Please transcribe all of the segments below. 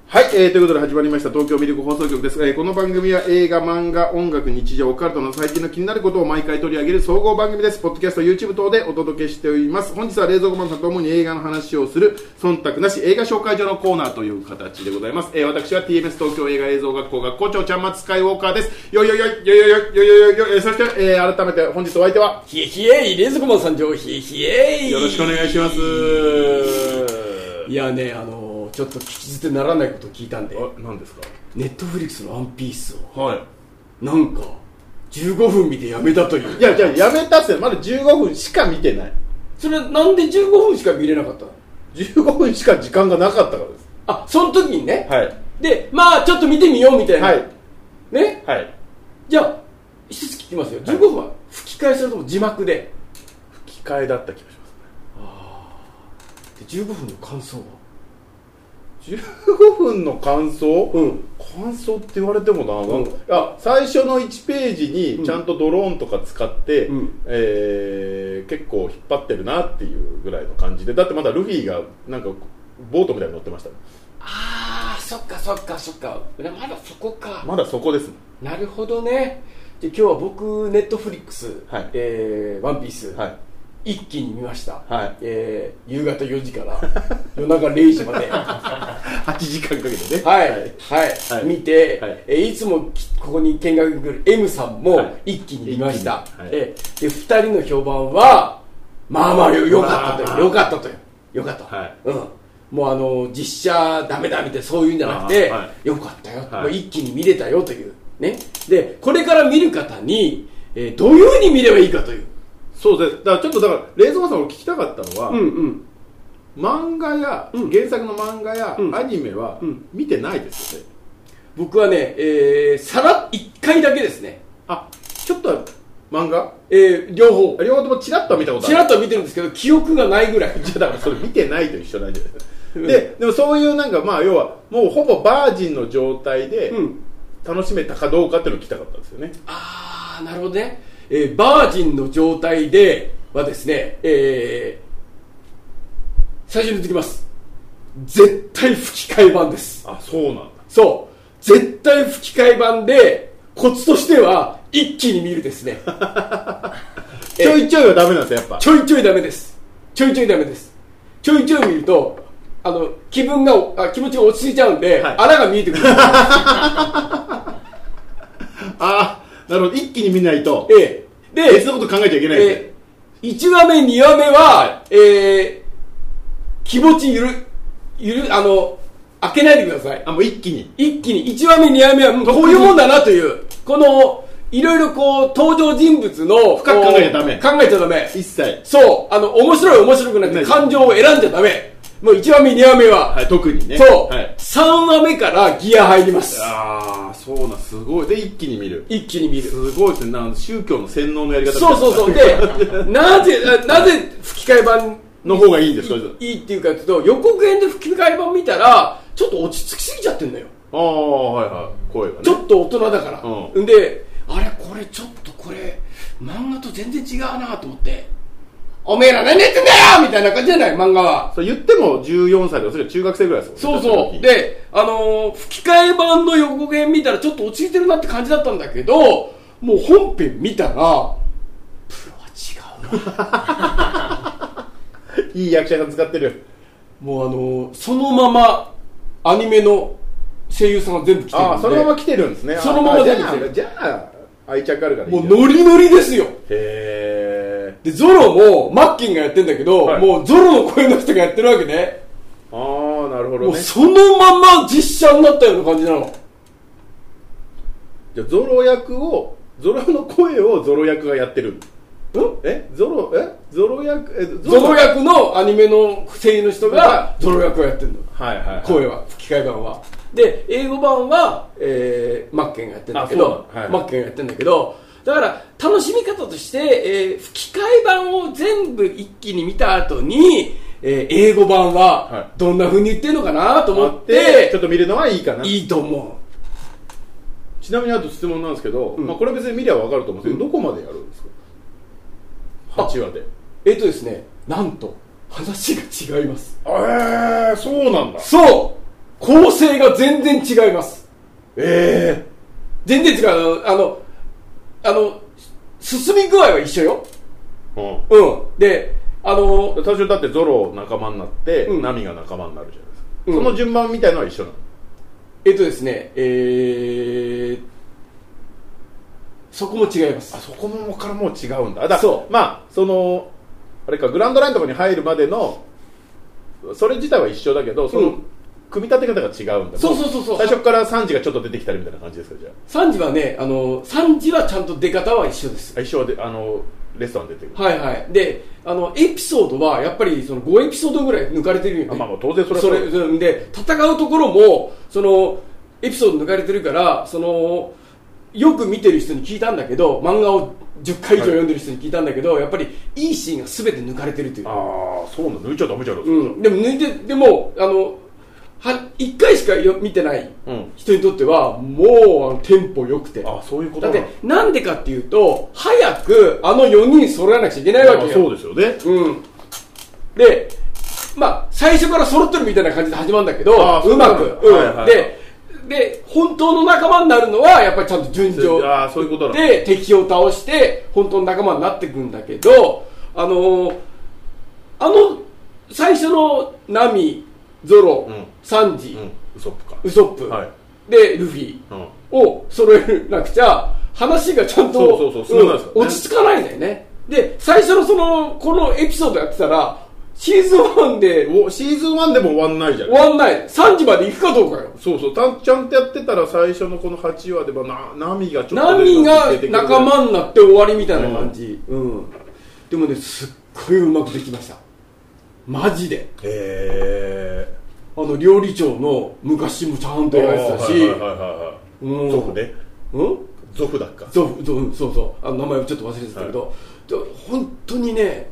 はい、ということで始まりました東京ミルク放送局です。この番組は映画、漫画、音楽、日常、オカルトの最近の気になることを毎回取り上げる総合番組です。ポッドキャスト、YouTube 等でお届けしております。本日は冷蔵庫マンさんと共に映画の話をする忖度なし映画紹介所のコーナーという形でございます。私は TBS 東京映画映像学校学校長ちゃんまつスカイウォーカーです。よいよいよいよいよいよいよいよいよいよ。そして、改めて本日お相手はひえひえい冷蔵庫マン参上ひえひえいよろしくお願いします。 いやねちょっと聞き捨てならないことを聞いたんで。 何ですか？ ネットフリックスのワンピースをはいなんか15分見てやめたという。 いやじゃあやめたってまだ15分しか見てない。 それなんで15分しか見れなかったの ？15分しか時間がなかったからです。 あ、その時にね。 はいで、まあちょっと見てみようみたいな。 はいね。 はい。 じゃあ一つ聞きますよ。15分は吹き替えするとも字幕で。 吹き替えだった気がしますね。 で15分の感想は 15分の感想、 感想って言われてもな、最初の1ページにちゃんとドローンとか使って、結構引っ張ってるなっていうぐらいの感じで、だってまだルフィがなんかボートみたいに乗ってましたね。 ああ、そっかまだそこか。 まだそこですね。 なるほどね。で今日は僕ネットフリックス、ワンピース、一気に見ました、夕方4時から夜中0時まで 8時間かけてね、 見て、いつもここに見学に来る M さんも一気に見ました、で2人の評判はまあまあよかったと、もう実写ダメだみたいなそういうんじゃなくて、よかったよ、もう一気に見れたよというね。でこれから見る方に、どういうふうに見ればいいかという。 そうです。だからちょっと冷蔵庫さんを聞きたかったのは、漫画や、原作の漫画や、アニメは、見てないですよね。 僕はね、さら1回だけですね。 ちょっと漫画、 両方ともチラッとは見たことある。 チラッとは見てるんですけど記憶がないぐらい。 じゃあだからそれ見てないと一緒なんじゃないですか。でもそういうなんか要はもうほぼバージンの状態で楽しめたかどうかっていうのを聞きたかったんですよね。 なるほどね。バージンの状態ではですね、最初に言ってきます。絶対吹き替え版です。 そうなんだ。 そう、絶対吹き替え版で、コツとしては一気に見るですね。 ちょいちょいはダメなんですよ、やっぱ。 ちょいちょいダメです。ちょいちょい見ると気持ちが落ち着いちゃうんで、穴が見えてくる。 なるほど、一気に見ないと、 で別のこと考えちゃいけないですね。 1話目2話目は、気持ち開けないでください。 もう一気に 1話目2話目はこういうもんだなという、このいろいろ登場人物の深く考えちゃダメ。一切そう面白くなくて感情を選んじゃダメ。もう1話目2話目は、 特にね。 そう、3話目からギア入ります。 そうな、すごい。で一気に見る。すごいですね。宗教の洗脳のやり方。 そうでなぜ吹き替え版の方がいいんですか？ いいっていうかというと、予告編で吹き替え版見たらちょっと落ち着きすぎちゃってんのよ。 声がねちょっと大人だから、でこれちょっと漫画と全然違うなと思って、おめえら何やってんだよみたいな感じじゃない、漫画は。 そう言っても14歳とか、それは中学生ぐらいですもんね。 そうで吹き替え版の予告編見たらちょっと落ち着いてるなって感じだったんだけど、もう本編見たらプロは違うな。 いい役者さん使ってる。 もうそのままアニメの声優さんが全部来てるんで。 そのまま来てるんですね。 そのまま全部来てる。 じゃあ愛着あるからいい。 もうノリノリですよ。でゾロもマッキンがやってんだけど、もうゾロの声の人がやってるわけね。 なるほどね。 もうそのまま実写になったような感じなの。 じゃあゾロの声をゾロ役がやってる。ゾロ役のアニメの声優の人がゾロ役をやってるの。声は吹き替え版は。で英語版は、マッケンがやってるんだけど、だから楽しみ方として、吹き替え版を全部一気に見た後に、英語版はどんな風に言ってるのかなと思って、 ちょっと見るのはいいかな。 いいと思う。ちなみにあと質問なんですけど、これ別に見りゃ分かると思うんですけど、どこまでやるんですか？8話で。 ですね、なんと話が違います。 そうなんだ。 そう構成が全然違います。全然違う。進み具合は一緒よ。で、 最初だってゾロ仲間になって、ナミが仲間になるじゃないですか。その順番みたいのは一緒なの？ ですね、そこも違います。 そこもからもう違うんだ。そうまああれか、グランドラインのところに入るまでのそれ自体は一緒だけど、その組み立て方が違うんだ。 そう最初からサンジがちょっと出てきたりみたいな感じですか？じゃあサンジはね、サンジはちゃんと出方は一緒です。 一緒でレストラン出てくる。 はいはい。でエピソードはやっぱりその5エピソードぐらい抜かれてるよね。 まあ当然それはそれで戦うところもそのエピソード抜かれてるから、よく見てる人に聞いたんだけど、漫画を10回以上読んでる人に聞いたんだけど、やっぱりいいシーンが全て抜かれてるという。 そうなの？抜いちゃダメじゃん。 でも抜いて、でも1回しか見てない人にとってはもうテンポ良くて。 そういうことだってなんでかっていうと、早く4人揃えなくちゃいけないわけよ。 そうですよね。 で、最初から揃ってるみたいな感じで始まるんだけど、うまく。で、本当の仲間になるのはやっぱりちゃんと順序で敵を倒して本当の仲間になっていくんだけど、最初のナミ、ゾロ、サンジ、ウソップ、でルフィを揃えなくちゃ話がちゃんと落ち着かないんだよね。で、最初のこのエピソードやってたらシーズン1でも終わんないじゃん。 終わんない。3時まで行くかどうかよ。 ちゃんとやってたら最初のこの8話でナミがちょっとナミが仲間になって終わりみたいな感じ。でもね、すっごいうまくできました。マジで。料理長の昔もちゃんとやられてたし、 ゾフね。ゾフだっか。 そう。名前をちょっと忘れてたけど、本当にね、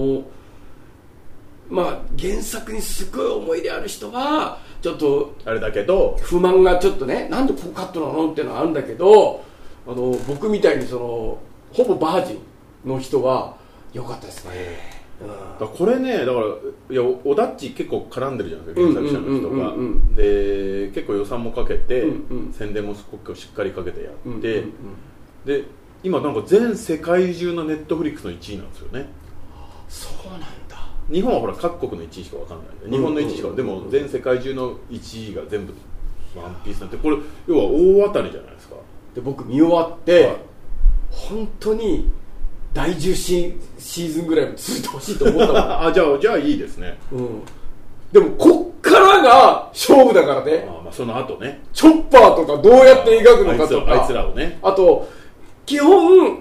原作にすごい思い入れある人はちょっとあれだけど不満がちょっとね、なんでこうカットなのっていうのはあるんだけど、僕みたいにほぼバージンの人は良かったですね。 これね、だからオダッチ結構絡んでるじゃないですか、原作者の人が。で結構予算もかけて、宣伝もすごくしっかりかけてやって、で今なんか全世界中のネットフリックスの1位なんですよね。 そうなんだ。 日本はほら各国の1位しか分かんない。日本の1位しか、でも全世界中の1位が全部ワンピースなんて、これ要は大当たりじゃないですか。 で僕見終わって、本当に第10シーズンぐらいも続いてほしいと思ったもん。 じゃあいいですね。 でもこっからが勝負だからね。 その後ね、 チョッパーとかどうやって描くのかとか、 あいつらをね。 あと基本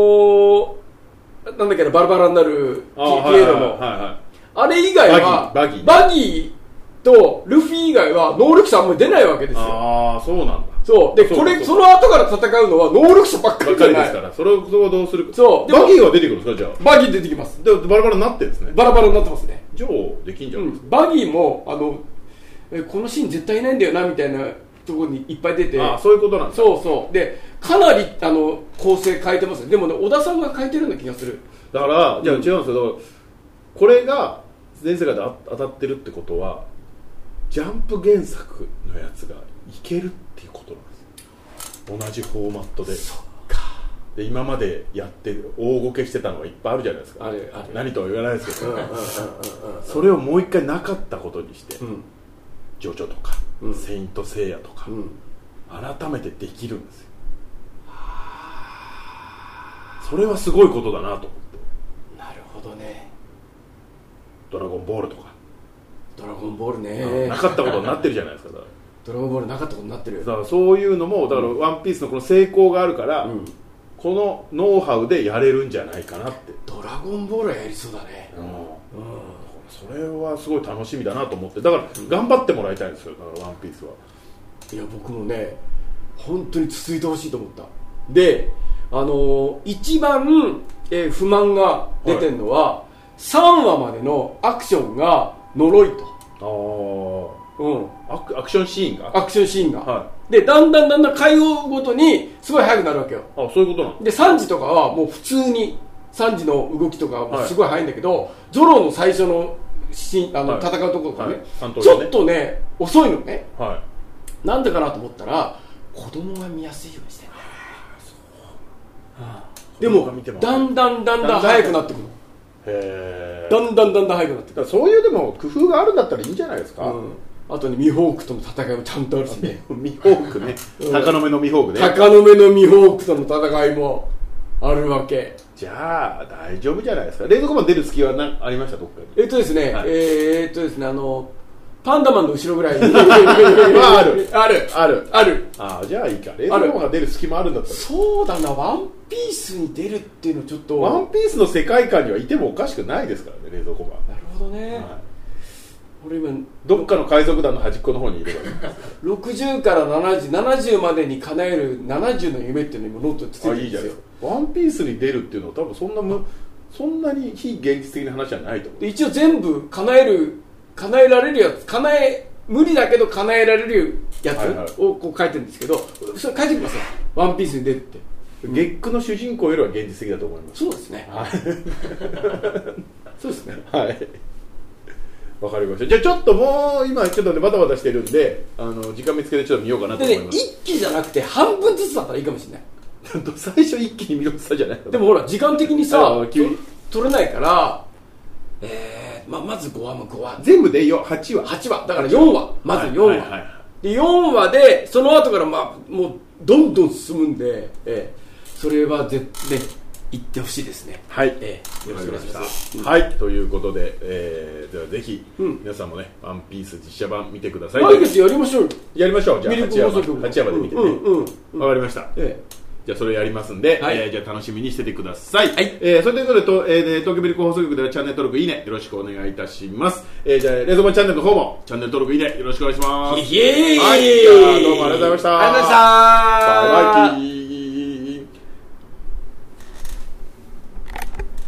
なんだっけな、バラバラになるピエロのあれ以外はバギーとルフィ以外は能力者あんまり出ないわけですよ。 そうなんだ。 そうで、その後から戦うのは能力者ばっかりじゃないですから、それをどうするか。バギーは出てくるんですか？じゃあバギー出てきます。 でバラバラになってるんですね。 バラバラになってますね。 じゃあできんじゃん。 バギーもこのシーン絶対いないんだよなみたいなところにいっぱい出て、 そういうことなんですか。 そうでかなり構成変えてますね。でもね、小田さんが変えてるような気がする。 だからじゃあ違うんですけど、これが全世界で当たってるってことはジャンプ原作のやつがいけるっていうことなんです。同じフォーマットで。 そっか。 で今までやってる大ごけしてたのがいっぱいあるじゃないですか。 ある何とは言わないですけどね。それをもう一回なかったことにして、ジョジョとか、セイントセイヤとか、改めてできるんですよ。それはすごいことだなと思って。 なるほどね。 ドラゴンボールとか。 ドラゴンボールね。 なかったことになってるじゃないですか。 ドラゴンボールなかったことになってる。 だからそういうのも、だからワンピースのこの成功があるから、このノウハウでやれるんじゃないかなって。 ドラゴンボールはやりそうだね。 それはすごい楽しみだなと思って、だから頑張ってもらいたいんですよ。だからワンピースは。 いや僕もね、本当に続いてほしいと思った。で、一番、不満が出てるのは、3話までのアクションが呪いと。 アクションシーンが、 でだんだん回をごとにすごい速くなるわけよ。 そういうことなの。 でサンジとかはもう普通にサンジの動きとかもすごい速いんだけど、ゾロの最初の戦うところがね、 はい、 ちょっとね遅いのね、 はい、 なんでかなと思ったら子供が見やすいようにしてるんだよ。でもだんだん速くなってくる。だんだん速くなってくる。 そういうでも工夫があるんだったらいいんじゃないですか。 あとね、ミホークとの戦いもちゃんとあるしね。 ミホークね、鷹の目のミホークね。 鷹の目のミホークとの戦いもあるわけ。 じゃあ大丈夫じゃないですか。冷蔵庫まで出る隙はありました？どっかに。 ですね、 はい、 ですね、パンダマンの後ろぐらいにある。じゃあいいか。冷蔵庫が出る隙間あるんだったら。 そうだな、ワンピースに出るっていうのちょっと。 ワンピースの世界観にはいてもおかしくないですからね、冷蔵庫が。 なるほどね。はい、俺今どっかの海賊団の端っこの方にいればいい 60から70までに叶える70の夢っていうのを今ノートにつけてるんですよ。 ワンピースに出るっていうのは多分そんなに非現実的な話じゃないと思う。 で一応全部叶えられるやつ、無理だけど叶えられるやつをこう書いてるんですけど、それ書いてきますよ。ワンピースに出るって。 月9の主人公よりは現実的だと思います。 そうですね。はい、そうですね。 はい。わかりました。じゃあちょっともう今ちょっとねバタバタしてるんで、時間見つけてちょっと見ようかなと思います。 でね、一気じゃなくて半分ずつだったらいいかもしれない。 最初一気に見ようとしたじゃない。 でもほら時間的にさ取れないから、まず5話全部で8話だから4話、まず4話、で4話でその後からもうどんどん進むんで、それはね言ってほしいですね。 はい、よろしくお願いします。 はい、ということで、ではぜひ、皆さんもねワンピース実写版見てください。 来月やりましょう。 じゃあ8話まで見てね。わかりました。じゃあそれやりますんで、じゃあ楽しみにしててください。はい。それということで、東京ミルク放送局ではチャンネル登録いいねよろしくお願いいたします。じゃあ冷蔵庫チャンネルの方もチャンネル登録いいねよろしくお願いします。 イエーイ。 はい。じゃあどうもありがとうございました。 ありがとうございました。 バイバイキー。